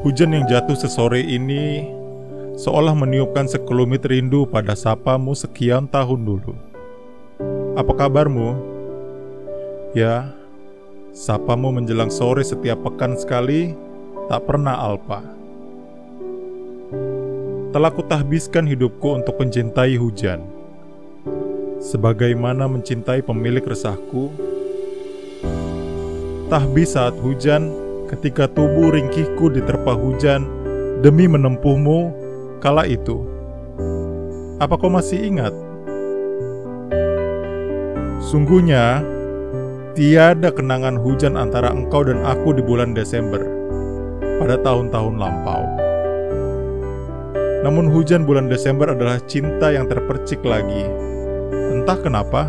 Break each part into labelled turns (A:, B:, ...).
A: Hujan yang jatuh sesore ini seolah meniupkan sekelumit rindu pada sapamu sekian tahun dulu. Apa kabarmu? Ya, sapamu menjelang sore setiap pekan sekali tak pernah alpa. Telah kutahbiskan hidupku untuk mencintai hujan, sebagaimana mencintai pemilik resahku. Tahbis saat hujan, ketika tubuh ringkihku diterpa hujan demi menempuhmu kala itu. Apa kau masih ingat? Sungguhnya tiada kenangan hujan antara engkau dan aku di bulan Desember pada tahun-tahun lampau. Namun hujan bulan Desember adalah cinta yang terpercik lagi. Entah kenapa,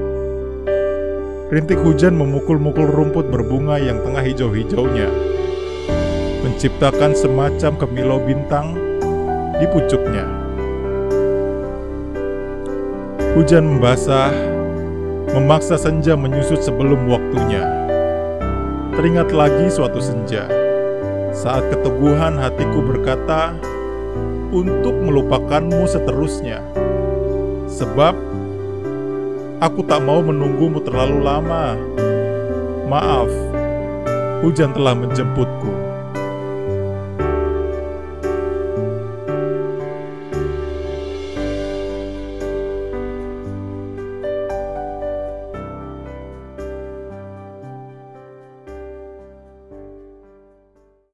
A: rintik hujan memukul-mukul rumput berbunga yang tengah hijau-hijaunya, menciptakan semacam kemilau bintang di pucuknya. Hujan membasah, memaksa senja menyusut sebelum waktunya. Teringat lagi suatu senja, saat keteguhan hatiku berkata untuk melupakanmu seterusnya. Sebab aku tak mau menunggumu terlalu lama. Maaf, hujan telah menjemputku.